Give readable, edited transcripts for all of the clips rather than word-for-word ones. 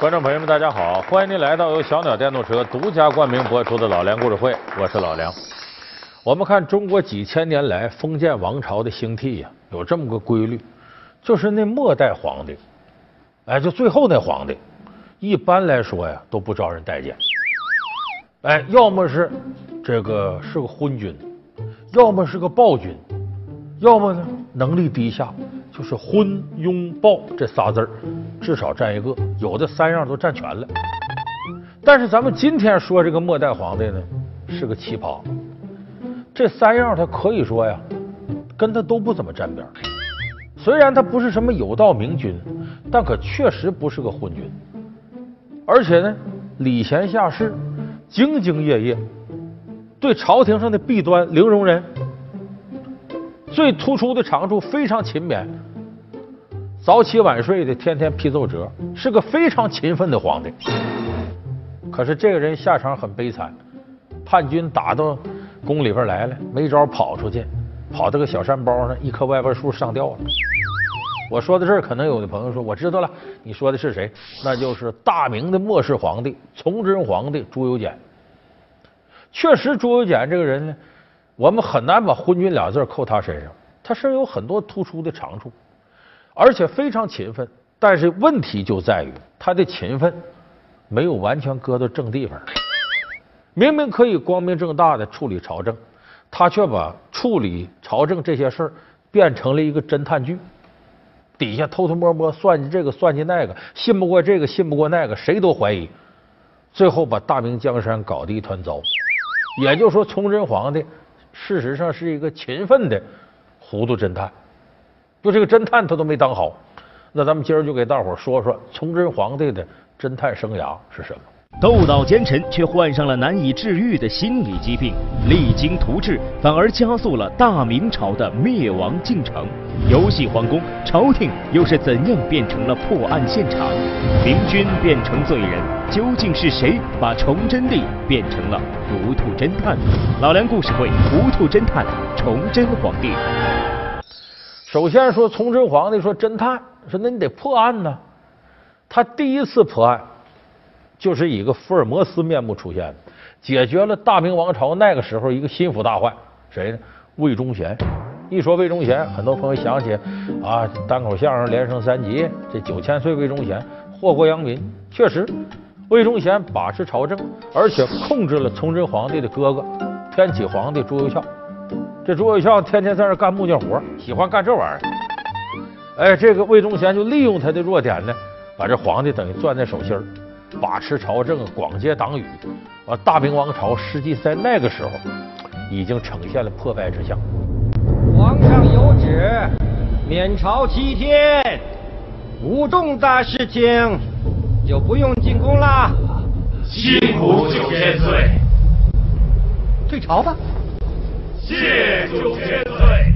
观众朋友们，大家好，欢迎您来到由小鸟电动车独家冠名播出的老梁故事会，我是老梁。我们看中国几千年来封建王朝的兴替呀，有这么个规律，就是那末代皇帝，就最后那皇帝，一般来说呀都不招人待见，要么是这个是个昏君，要么是个暴君，要么呢能力低下，就是昏庸暴这仨字儿，至少占一个，有的三样都占全了。但是咱们今天说这个末代皇帝呢，是个奇葩，这三样他可以说呀，跟他都不怎么沾边。虽然他不是什么有道明君，但可确实不是个昏君，而且呢，礼贤下士，兢兢业业，对朝廷上的弊端零容忍。最突出的长处，非常勤勉，早起晚睡的，天天批奏折，是个非常勤奋的皇帝。可是这个人下场很悲惨，叛军打到宫里边来了，没招跑出去，跑到个小山包上，一棵歪脖树上吊了。我说到这儿，可能有的朋友说我知道了，你说的是谁？那就是大明的末世皇帝崇祯皇帝朱由检。确实，朱由检这个人呢，我们很难把昏君俩字扣他身上，他身上有很多突出的长处，而且非常勤奋。但是问题就在于他的勤奋没有完全搁到正地方，明明可以光明正大的处理朝政，他却把处理朝政这些事儿变成了一个侦探剧，底下偷偷摸摸算计这个算计那个，信不过这个信不过那个，谁都怀疑，最后把大明江山搞得一团糟。也就是说，崇祯皇帝事实上是一个勤奋的糊涂侦探，就这个侦探他都没当好。那咱们今儿就给大伙说说崇祯皇帝的侦探生涯是什么。 斗倒奸臣，却患上了难以治愈的心理疾病，励精图治，反而加速了大明朝的灭亡进程。游戏皇宫，朝廷又是怎样变成了破案现场？明君变成罪人，究竟是谁把崇祯帝变成了糊涂侦探？老梁故事会，糊涂侦探崇祯皇帝。 首先说崇祯皇帝说侦探，说那你得破案呢。他第一次破案就是以一个福尔摩斯面目出现的，解决了大明王朝那个时候一个心腹大患，谁呢？魏忠贤。一说魏忠贤，很多朋友想起单口相声连升三级，这9000岁魏忠贤祸国殃民。确实，魏忠贤把持朝政，而且控制了崇祯皇帝的哥哥天启皇帝朱由校。这朱由校天天在那干木匠活，喜欢干这玩意儿。这个魏忠贤就利用他的弱点呢，把这皇帝等于攥在手心儿，把持朝政，广结党羽。大明王朝实际在那个时候已经呈现了破败之象。 皇上有旨，免朝7天，无重大事情就不用进宫啦。 辛苦9000岁， 退朝吧。 谢9000岁。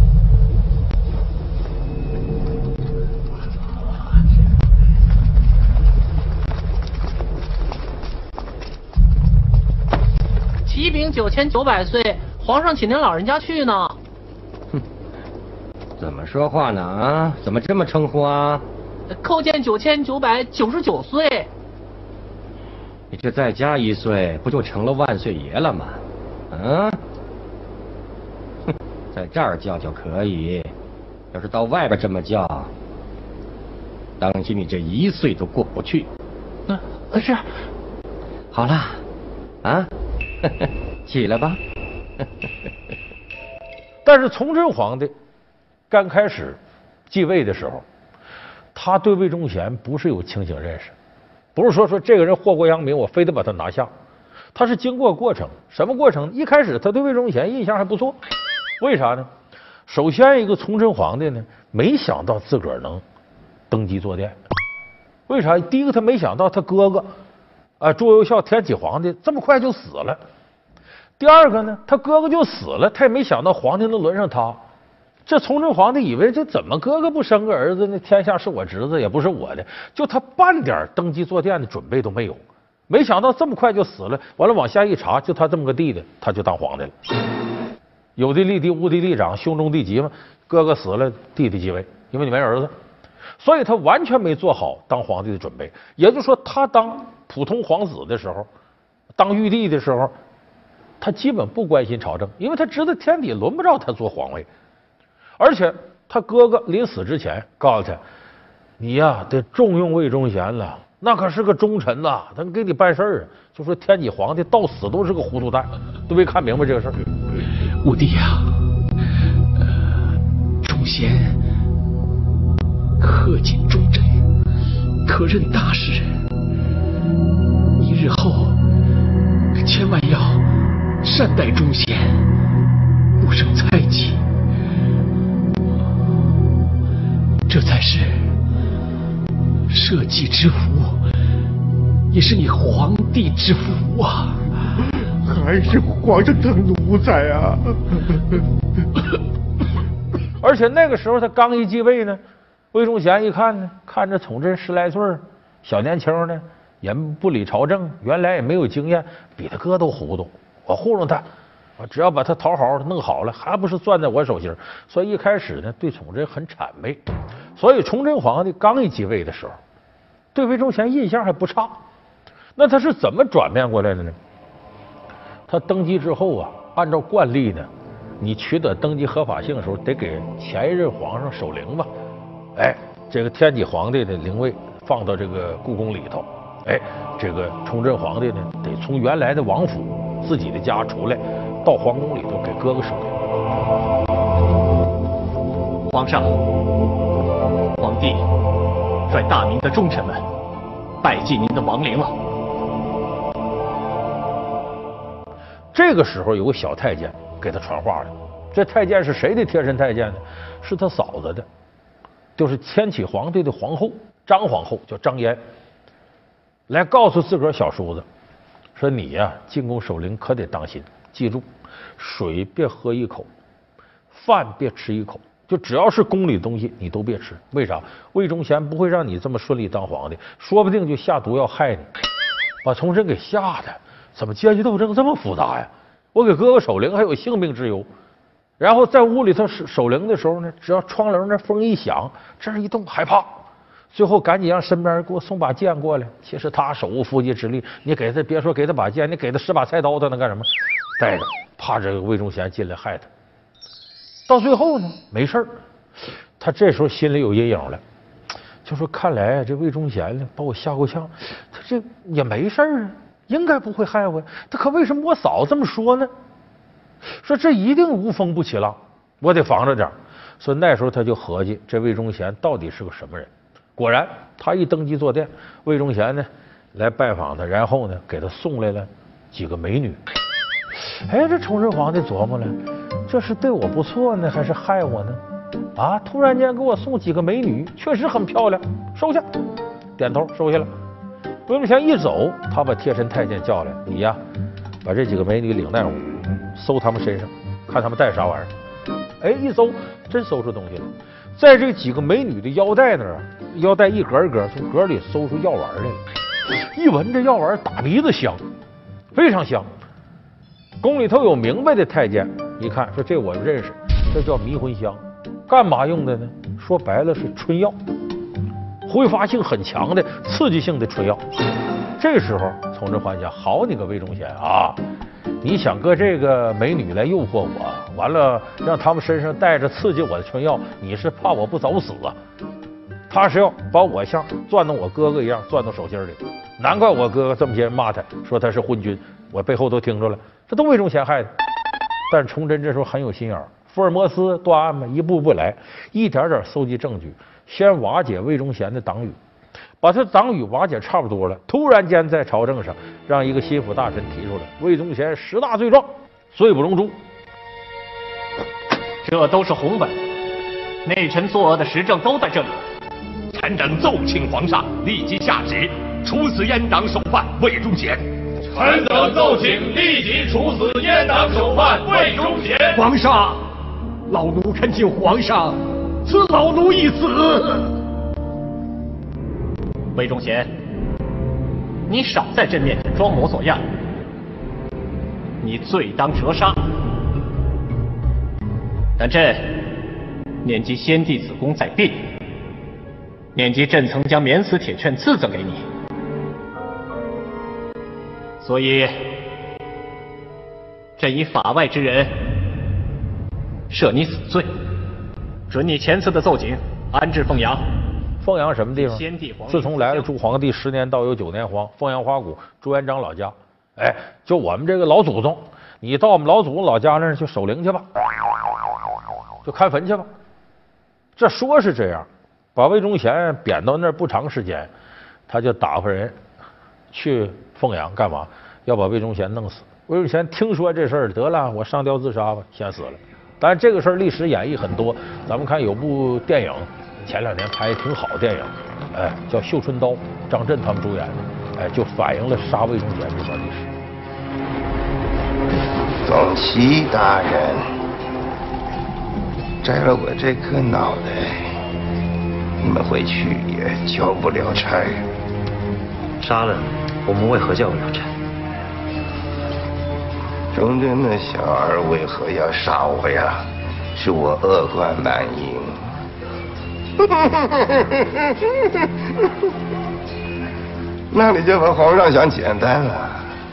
启禀9900岁，皇上请您老人家去呢。 哼，怎么说话呢啊？怎么这么称呼啊？ 叩见9999岁。 你这再加1岁，不就成了万岁爷了吗？嗯？哼，在这儿叫就可以，要是到外边这么叫，当心你这1岁都过不去。 是。 好了，啊？起来吧。 但是崇祯皇帝刚开始继位的时候，他对魏忠贤不是有清醒认识，不是说这个人祸国殃民，我非得把他拿下。他是经过过程，什么过程？一开始他对魏忠贤印象还不错，为啥呢？首先，一个崇祯皇帝呢，没想到自个儿能登基坐殿。为啥？第一个，他没想到他哥哥朱由校天启皇帝这么快就死了。第二个呢，他哥哥就死了，他也没想到皇帝能轮上他。这崇祯皇帝以为这怎么哥哥不生个儿子呢？天下是我侄子，也不是我的，就他半点登基坐殿的准备都没有。没想到这么快就死了，完了往下一查，就他这么个弟弟，他就当皇帝了。有的立嫡，无的立长，兄终弟及嘛。哥哥死了，弟弟继位，因为你没儿子。 所以他完全没做好当皇帝的准备。也就是说，他当普通皇子的时候，当玉帝的时候，他基本不关心朝政，因为他知道天底轮不着他做皇位。而且他哥哥临死之前告诉他：“你呀，得重用魏忠贤了，那可是个忠臣呐，他给你办事儿啊。”就说天启皇帝到死都是个糊涂蛋，都没看明白这个事儿。 武帝呀，忠贤恪尽忠贞，可任大事。你日后千万要善待忠贤，不生猜忌，这才是社稷之福，也是你皇帝之福啊！ 还是皇上疼奴才啊！ 而且那个时候他刚一继位呢，魏忠贤一看呢，看着从这10来岁小年轻呢，也不理朝政，原来也没有经验，比他哥都糊涂。我糊弄他，我只要把他讨好弄好了，还不是攥在我手心。所以一开始呢，对崇祯很谄媚。所以崇祯皇帝刚一继位的时候，对魏忠贤印象还不差。那他是怎么转变过来的呢？他登基之后啊，按照惯例呢，你取得登基合法性的时候，得给前一任皇上守灵吧。哎，这个天启皇帝的灵位放到这个故宫里头。哎，这个崇祯皇帝呢，得从原来的王府自己的家出来，到皇宫里头给哥哥守灵。 皇上，皇帝率大明的忠臣们拜祭您的亡灵了。 这个时候有个小太监给他传话了，这太监是谁的贴身太监呢？是他嫂子的，就是天启皇帝的皇后张皇后，叫张嫣，来告诉自个儿小叔子说：“你呀，进宫守灵可得当心，记住，水别喝一口，饭别吃一口，就只要是宫里的东西你都别吃。为啥？魏忠贤不会让你这么顺利当皇帝，说不定就下毒要害你。”把崇祯给吓的。怎么阶级斗争这么复杂呀？我给哥哥守灵还有性命之忧。然后在屋里头守灵的时候呢，只要窗棱那风一响，这一动害怕，最后赶紧让身边人给我送把剑过来。其实他手无缚鸡之力，你给他别说给他把剑，你给他10把菜刀，他能干什么？带着，怕这个魏忠贤进来害他。到最后呢，没事儿，他这时候心里有阴影了，就说看来这魏忠贤呢把我吓够呛，他这也没事儿啊。应该不会害我呀，他可为什么我嫂这么说呢？说这一定无风不起浪，我得防着点。所以那时候他就合计，这魏忠贤到底是个什么人？果然，他一登基坐殿，魏忠贤呢来拜访他，然后呢给他送来了几个美女。哎，这崇祯皇帝琢磨了，这是对我不错呢，还是害我呢？啊，突然间给我送几个美女，确实很漂亮，收下，点头收下了。魏忠贤一走，他把贴身太监叫来，你呀，把这几个美女领那屋，搜他们身上，看他们带啥玩意儿。哎，一搜，真搜出东西了。在这几个美女的腰带那儿，腰带一格一格，从格里搜出药丸来了。一闻这药丸打鼻子香，非常香。宫里头有明白的太监，一看说这我认识，这叫迷魂香，干嘛用的呢？说白了是春药。挥发性很强的刺激性的春药。这时候崇祯皇帝讲：“好你个魏忠贤啊，你想搁这个美女来诱惑我，完了让他们身上带着刺激我的春药，你是怕我不早死啊？他是要把我像攥到我哥哥一样攥到手心里。难怪我哥哥这么些人骂他，说他是昏君，我背后都听着了，这都魏忠贤害的。但是崇祯这时候很有心眼儿，福尔摩斯断案嘛，一步步来，一点点搜集证据。先瓦解魏忠贤的党羽，把他党羽瓦解差不多了，突然间在朝政上让一个心腹大臣提出来，魏忠贤10大罪状，罪不容诛。 这都是红本，内臣作恶的实证都在这里。 臣等奏请皇上立即下旨处死阉党首犯魏忠贤。臣等奏请立即处死阉党首犯魏忠贤。 皇上，老奴恳请皇上赐老奴一死。 魏忠贤，你少在朕面前装模作样，你罪当折杀。但朕念及先帝子宫在病， 念及朕曾将免死铁券赐赠给你，所以朕以法外之人赦你死罪，准你前次的奏警安置凤阳。 凤阳什么地方？自从来了朱皇帝10年倒有9年荒，凤阳花谷朱元璋老家。哎，就我们这个老祖宗，你到我们老祖宗老家那儿去守灵去吧，就看坟去吧。这说是这样，把魏忠贤贬到那儿不长时间，他就打发人去凤阳干嘛？要把魏忠贤弄死。魏忠贤听说这事儿，得了，我上吊自杀吧，先死了。当然这个事儿历史演绎很多，咱们看有部电影，前2年拍的挺好的电影，哎，叫《绣春刀》，张震他们主演的，哎，就反映了杀魏忠贤这段历史。 总旗大人，摘了我这颗脑袋，你们回去也交不了差。 杀了我们为何交不了差？ 忠贞的小儿为何要杀我呀？是我恶贯满盈。那你就把皇上想简单了。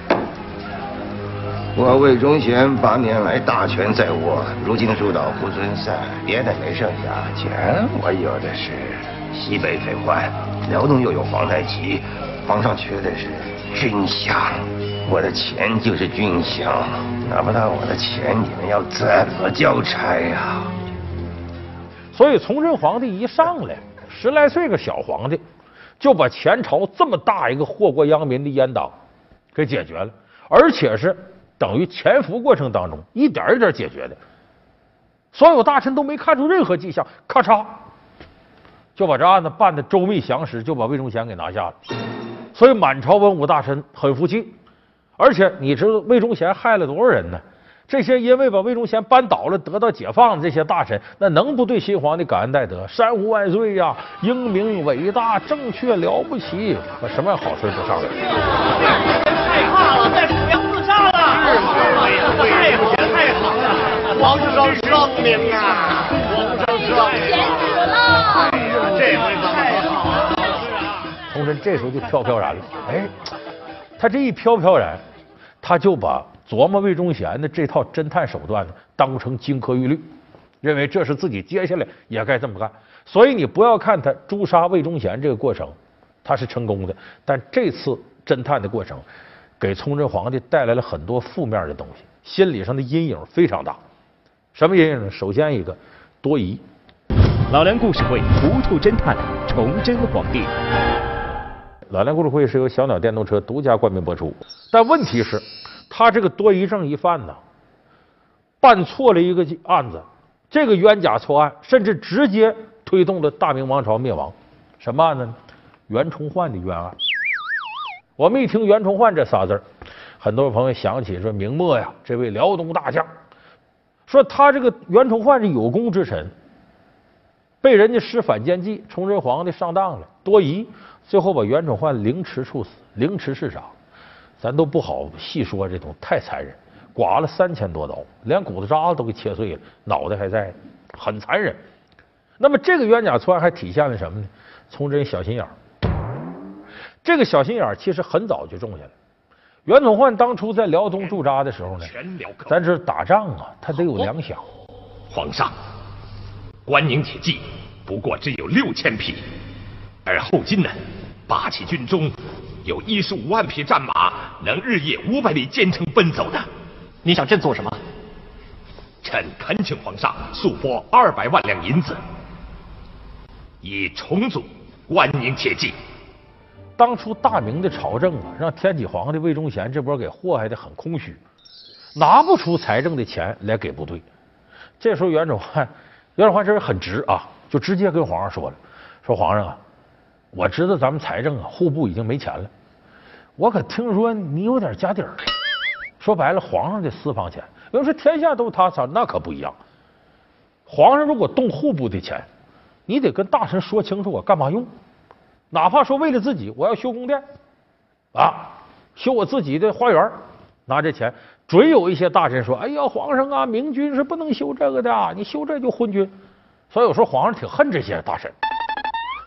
我魏忠贤8年来大权在握，如今入岛猢狲散，别的没剩下，钱我有的是。西北废换，辽东又有皇太极，皇上缺的是军饷，我的钱就是军饷，拿不到我的钱，你们要怎么交差呀？ 所以崇祯皇帝一上来，10来岁个小皇帝，就把前朝这么大一个祸国殃民的阉党给解决了，而且是等于潜伏过程当中一点一点解决的。所有大臣都没看出任何迹象，咔嚓就把这案子办得周密详实，就把魏忠贤给拿下了。所以满朝文武大臣很服气。而且你知道魏忠贤害了多少人呢？这些因为把魏忠贤扳倒了得到解放的这些大臣，那能不对新皇帝感恩戴德？山呼万岁呀，英明伟大，正确了不起，什么样好事都上来了。 害怕了，在阜阳自杀了。太好了，皇上圣明啊！皇上圣明啊！哎呀，这回可太好了。 崇祯这时候就飘飘然了，哎，他这一飘飘然，他就把琢磨魏忠贤的这套侦探手段呢当成金科玉律，认为这是自己接下来也该这么干。所以你不要看他诛杀魏忠贤这个过程，他是成功的，但这次侦探的过程给崇祯皇帝带来了很多负面的东西，心理上的阴影非常大。什么阴影呢？首先一个多疑。 老梁故事会糊涂侦探崇祯皇帝。 老梁故事会是由小鸟电动车独家冠名播出，但问题是，他这个多疑症一犯呢，办错了一个案子，这个冤假错案，甚至直接推动了大明王朝灭亡。什么案子呢？袁崇焕的冤案。我们一听袁崇焕这仨字儿，很多朋友想起说明末呀，这位辽东大将，说他这个袁崇焕是有功之臣，被人家施反间计，崇祯皇帝上当了，多疑，最后把袁崇焕凌迟处死，凌迟市长。咱都不好细说，这种太残忍，剐了3000多刀，连骨头渣子都给切碎了，脑袋还在，很残忍。那么这个冤假错案还体现了什么呢？崇祯小心眼儿。这个小心眼儿其实很早就种下来。袁崇焕当初在辽东驻扎的时候呢，咱这打仗啊，他得有粮饷。 皇上，关宁铁骑不过只有6000匹，而后金呢，8旗军中有15万匹战马，能日夜500里兼程奔走的。 你想朕做什么？ 臣恳请皇上速拨200万两银子，以重组关宁铁骑。 当初大明的朝政啊，让天启皇帝魏忠贤这波给祸害的很空虚，拿不出财政的钱来给部队。这时候袁崇焕这人很直啊，就直接跟皇上说了，说皇上啊，我知道咱们财政啊，户部已经没钱了，我可听说你有点家底儿。说白了，皇上的私房钱，有人说天下都他操，那可不一样。皇上如果动户部的钱，你得跟大臣说清楚我干嘛用。哪怕说为了自己，我要修宫殿啊，修我自己的花园，拿这钱，准有一些大臣说：“哎呀，皇上啊，明君是不能修这个的，你修这就昏君。”所以我说皇上挺恨这些大臣。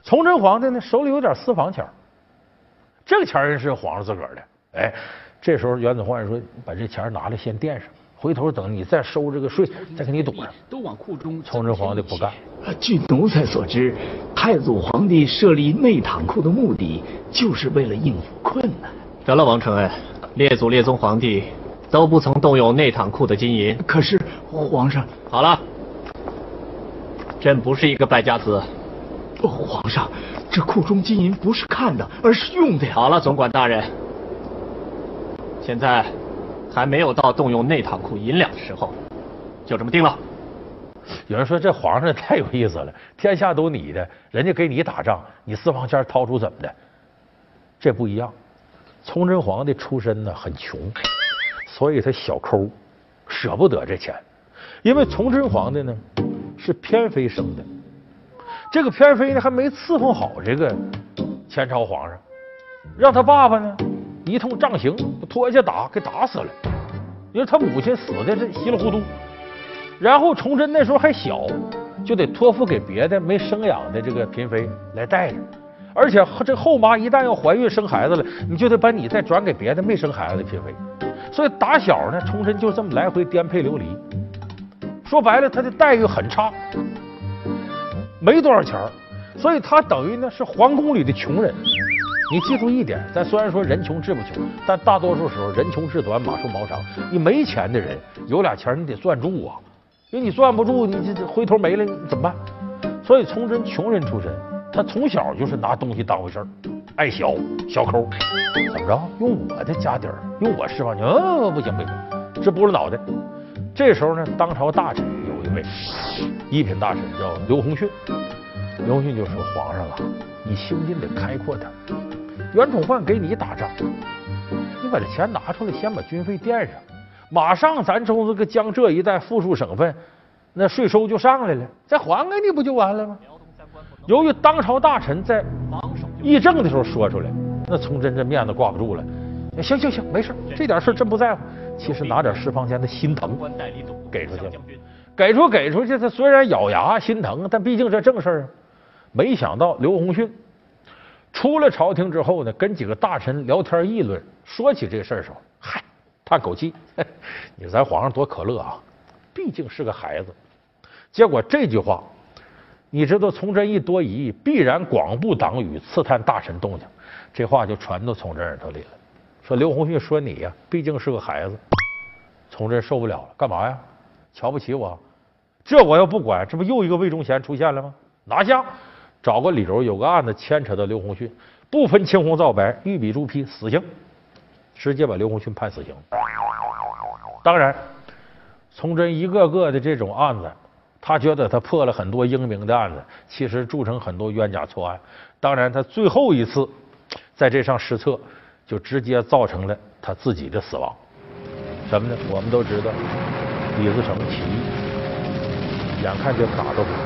崇祯皇帝呢手里有点私房钱，这个钱人是皇上自个儿的。哎，这时候袁子焕说：“把这钱拿来先垫上，回头等你再收这个税，再给你堵上。” 都往库中。 崇祯皇帝不干。 据奴才所知，太祖皇帝设立内堂库的目的，就是为了应付困难。 得了，王承恩，列祖列宗皇帝都不曾动用内堂库的金银。 可是皇上， 好了，朕不是一个败家子。 皇上，这库中金银不是看的，而是用的呀。 好了，总管大人，现在还没有到动用内堂库银两的时候，就这么定了。 有人说这皇上太有意思了，天下都你的，人家给你打仗，你私房钱掏出怎么的？这不一样。崇祯皇帝出身呢很穷，所以他小抠，舍不得这钱。因为崇祯皇帝呢是偏妃生的，这个偏妃呢还没伺候好这个前朝皇上，让他爸爸呢一通杖刑，拖下打给打死了。因为他母亲死的这稀里糊涂，然后崇祯那时候还小，就得托付给别的没生养的这个嫔妃来带着。而且这后妈一旦要怀孕生孩子了，你就得把你再转给别的没生孩子的嫔妃。所以打小呢，崇祯就这么来回颠沛流离。说白了，他的待遇很差，没多少钱，所以他等于呢是皇宫里的穷人。你记住一点，咱虽然说人穷志不穷，但大多数时候人穷志短，马瘦毛长。你没钱的人有俩钱你得攥住啊，因为你攥不住，你这回头没了你怎么办？所以崇祯穷人出身。他从小就是拿东西当回事儿，爱小抠，怎么着？用我的家底儿，用我释放钱，不行，这拨了脑袋。这时候呢，当朝大臣有一位一品大臣叫刘洪训，刘洪训就说：“皇上啊，你心襟得开阔点。袁崇焕给你打仗，你把这钱拿出来，先把军费垫上，马上咱从这个江浙一带富庶省份，那税收就上来了，再还给你不就完了吗？”由于当朝大臣在议政的时候说出来，那崇祯这面子挂不住了。行，没事，这点事朕不在乎。其实拿点释放前的心疼给出去了，给出去。他虽然咬牙心疼，但毕竟这正事儿啊。没想到刘洪训出了朝廷之后呢，跟几个大臣聊天议论，说起这事儿时候，嗨，叹口气，你咱皇上多可乐啊，毕竟是个孩子。结果这句话。你知道崇祯一多疑，必然广布党羽，刺探大臣动静。这话就传到崇祯耳朵里了，说刘洪训说你呀，毕竟是个孩子。崇祯受不了了，干嘛呀？瞧不起我？这我要不管，这不又一个魏忠贤出现了吗？拿下，找个理由，有个案子牵扯到刘洪训，不分青红皂白，御笔注批，死刑，直接把刘洪训判死刑。当然，崇祯一个个的这种案子。他觉得他破了很多英明的案子，其实铸成很多冤假错案。当然，他最后一次在这上失策，就直接造成了他自己的死亡。什么呢？我们都知道，李自成起义，眼看就打到北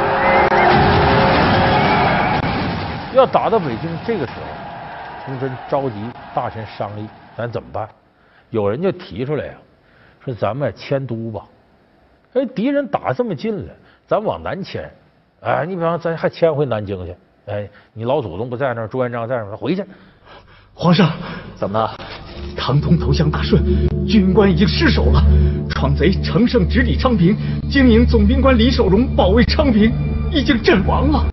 京，要打到北京，这个时候，崇祯召集大臣商议，咱怎么办？有人就提出来呀，说咱们迁都吧。哎，敌人打这么近了，咱往南迁。哎，你比方咱还迁回南京去。哎，你老祖宗不在那儿，朱元璋在那儿，回去。 皇上， 怎么了？ 唐通投降大顺，军官已经失守了。闯贼乘胜直抵昌平，经营总兵官李守荣保卫昌平，已经阵亡了。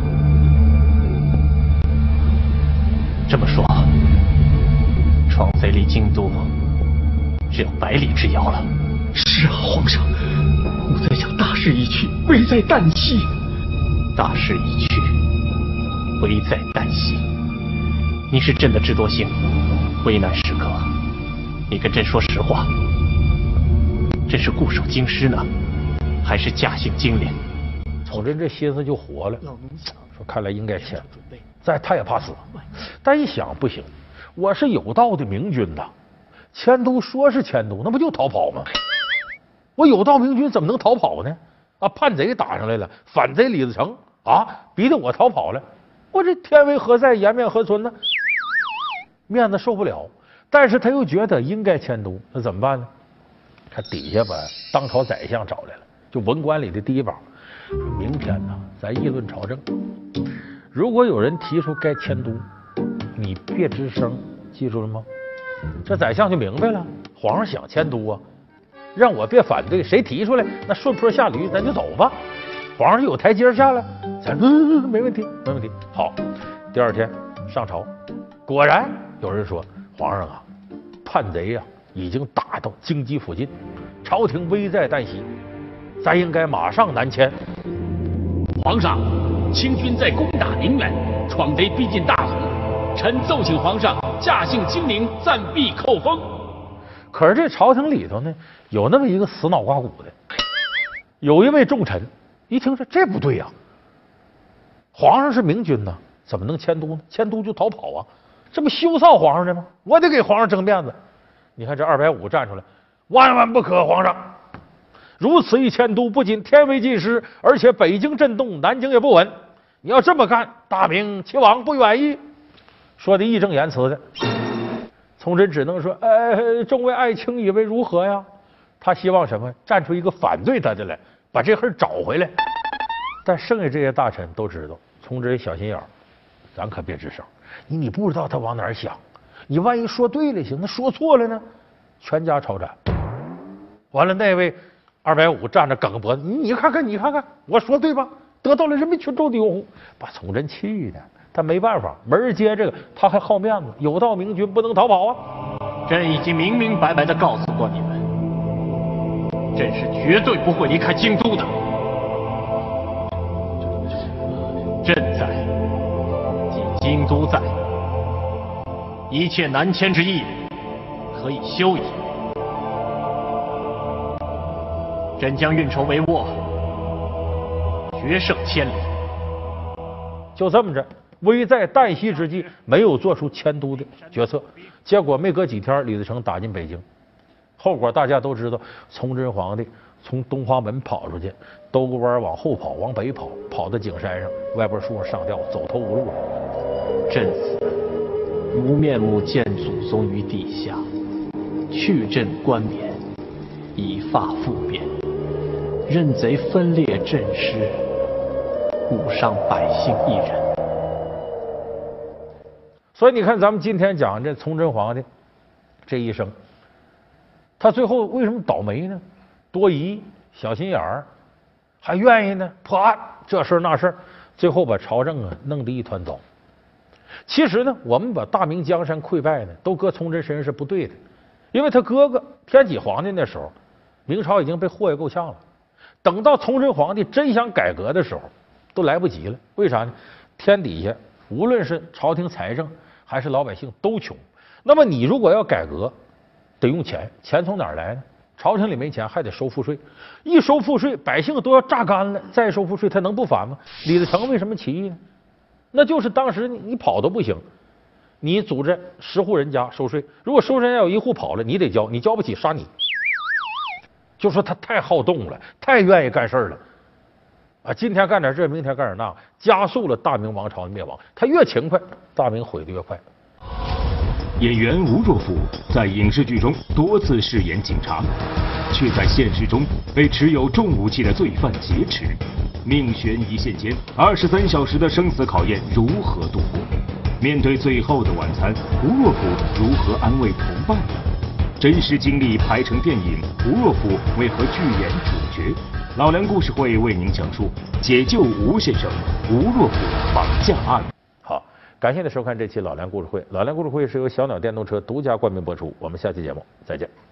这么说，闯贼离京都只有100里之遥了。 是啊，皇上。吾在想大势已去，危在旦夕。 大势已去，危在旦夕。你是朕的智多星，危难时刻，你跟朕说实话，朕是固守京师呢，还是驾幸金陵？ 崇祯这心思就活了，说看来应该迁，他也怕死，但一想不行，我是有道的明君呐，迁都说是迁都，那不就逃跑吗？我有道明君怎么能逃跑呢？啊，叛贼打上来了，反贼李自成啊，逼得我逃跑了，我这天威何在，颜面何存呢？面子受不了，但是他又觉得应该迁都，那怎么办呢？他底下把当朝宰相找来了，就文官里的第一把，说明天呢，咱议论朝政， 如果有人提出该迁都，你别吱声，记住了吗？这宰相就明白了，皇上想迁都啊，让我别反对，谁提出来，那顺坡下驴，咱就走吧。皇上有台阶下来，咱没问题，没问题。好，第二天上朝，果然有人说，皇上啊，叛贼啊已经打到京畿附近，朝廷危在旦夕，咱应该马上南迁。 皇上，清军在攻打宁远，闯贼逼近大同，臣奏请皇上驾幸金陵，暂避寇锋。 可是这朝廷里头呢，有那么一个死脑瓜骨的，有一位重臣。一听说这不对呀、皇上是明君呐，怎么能迁都呢？迁都就逃跑啊，这不羞臊皇上的吗？我得给皇上争面子。你看这250站出来，万万不可，皇上如此一迁都，不仅天危尽失，而且北京震动，南京也不稳。你要这么干，大明齐王不愿意。说的义正言辞的，崇祯只能说：“众位爱卿以为如何呀？”他希望什么？站出一个反对他的来。把这事找回来，但剩下这些大臣都知道，崇祯小心眼儿，咱可别吱声。你不知道他往哪儿想，你万一说对了行，那说错了呢，全家抄斩。完了，那位250站着梗脖子，你看看，你看看，我说对吧？得到了人民群众的拥护，把崇朕气的，他没办法，没人接这个，他还好面子，有道明君不能逃跑啊！ 朕已经明明白白的告诉过你们。朕是绝对不会离开京都的。朕在，即京都在，一切南迁之意可以休矣。朕将运筹帷幄，决胜千里。 就这么着，危在旦夕之际，没有做出迁都的决策，结果没隔几天，李自成打进北京。后果大家都知道，崇祯皇帝从东华门跑出去，兜个弯往后跑，往北跑，跑到景山上，歪脖树上上吊，走投无路。 朕死，如面目见祖宗于地下，去朕冠冕，以发复变，任贼分裂朕师，误伤百姓一人。 所以你看，咱们今天讲这崇祯皇帝这一生。他最后为什么倒霉呢？多疑、小心眼儿，还愿意呢破案，这事儿那事儿，最后把朝政啊弄得一团糟。其实呢，我们把大明江山溃败呢，都搁崇祯身上是不对的，因为他哥哥天启皇帝那时候，明朝已经被祸害够呛了。等到崇祯皇帝真想改革的时候，都来不及了。为啥呢？天底下无论是朝廷财政还是老百姓都穷。那么你如果要改革，得用钱，钱从哪儿来呢？朝廷里没钱，还得收赋税。一收赋税，百姓都要榨干了，再收赋税，他能不烦吗？李自成为什么起义呢？那就是当时你跑都不行，你组织10户人家收税，如果收税人家有1户跑了，你得交，你交不起杀你。就说他太好动了，太愿意干事了啊！今天干点这，明天干点那，加速了大明王朝的灭亡。他越勤快，大明毁得越快。 演员吴若甫在影视剧中多次饰演警察，却在现实中被持有重武器的罪犯劫持，命悬一线间，23小时的生死考验如何度过？面对最后的晚餐，吴若甫如何安慰同伴呢？真实经历拍成电影，吴若甫为何拒演主角？老梁故事会为您讲述解救吴先生吴若甫绑架案。 好。感谢您收看这期老梁故事会。老梁故事会是由小鸟电动车独家冠名播出。我们下期节目再见。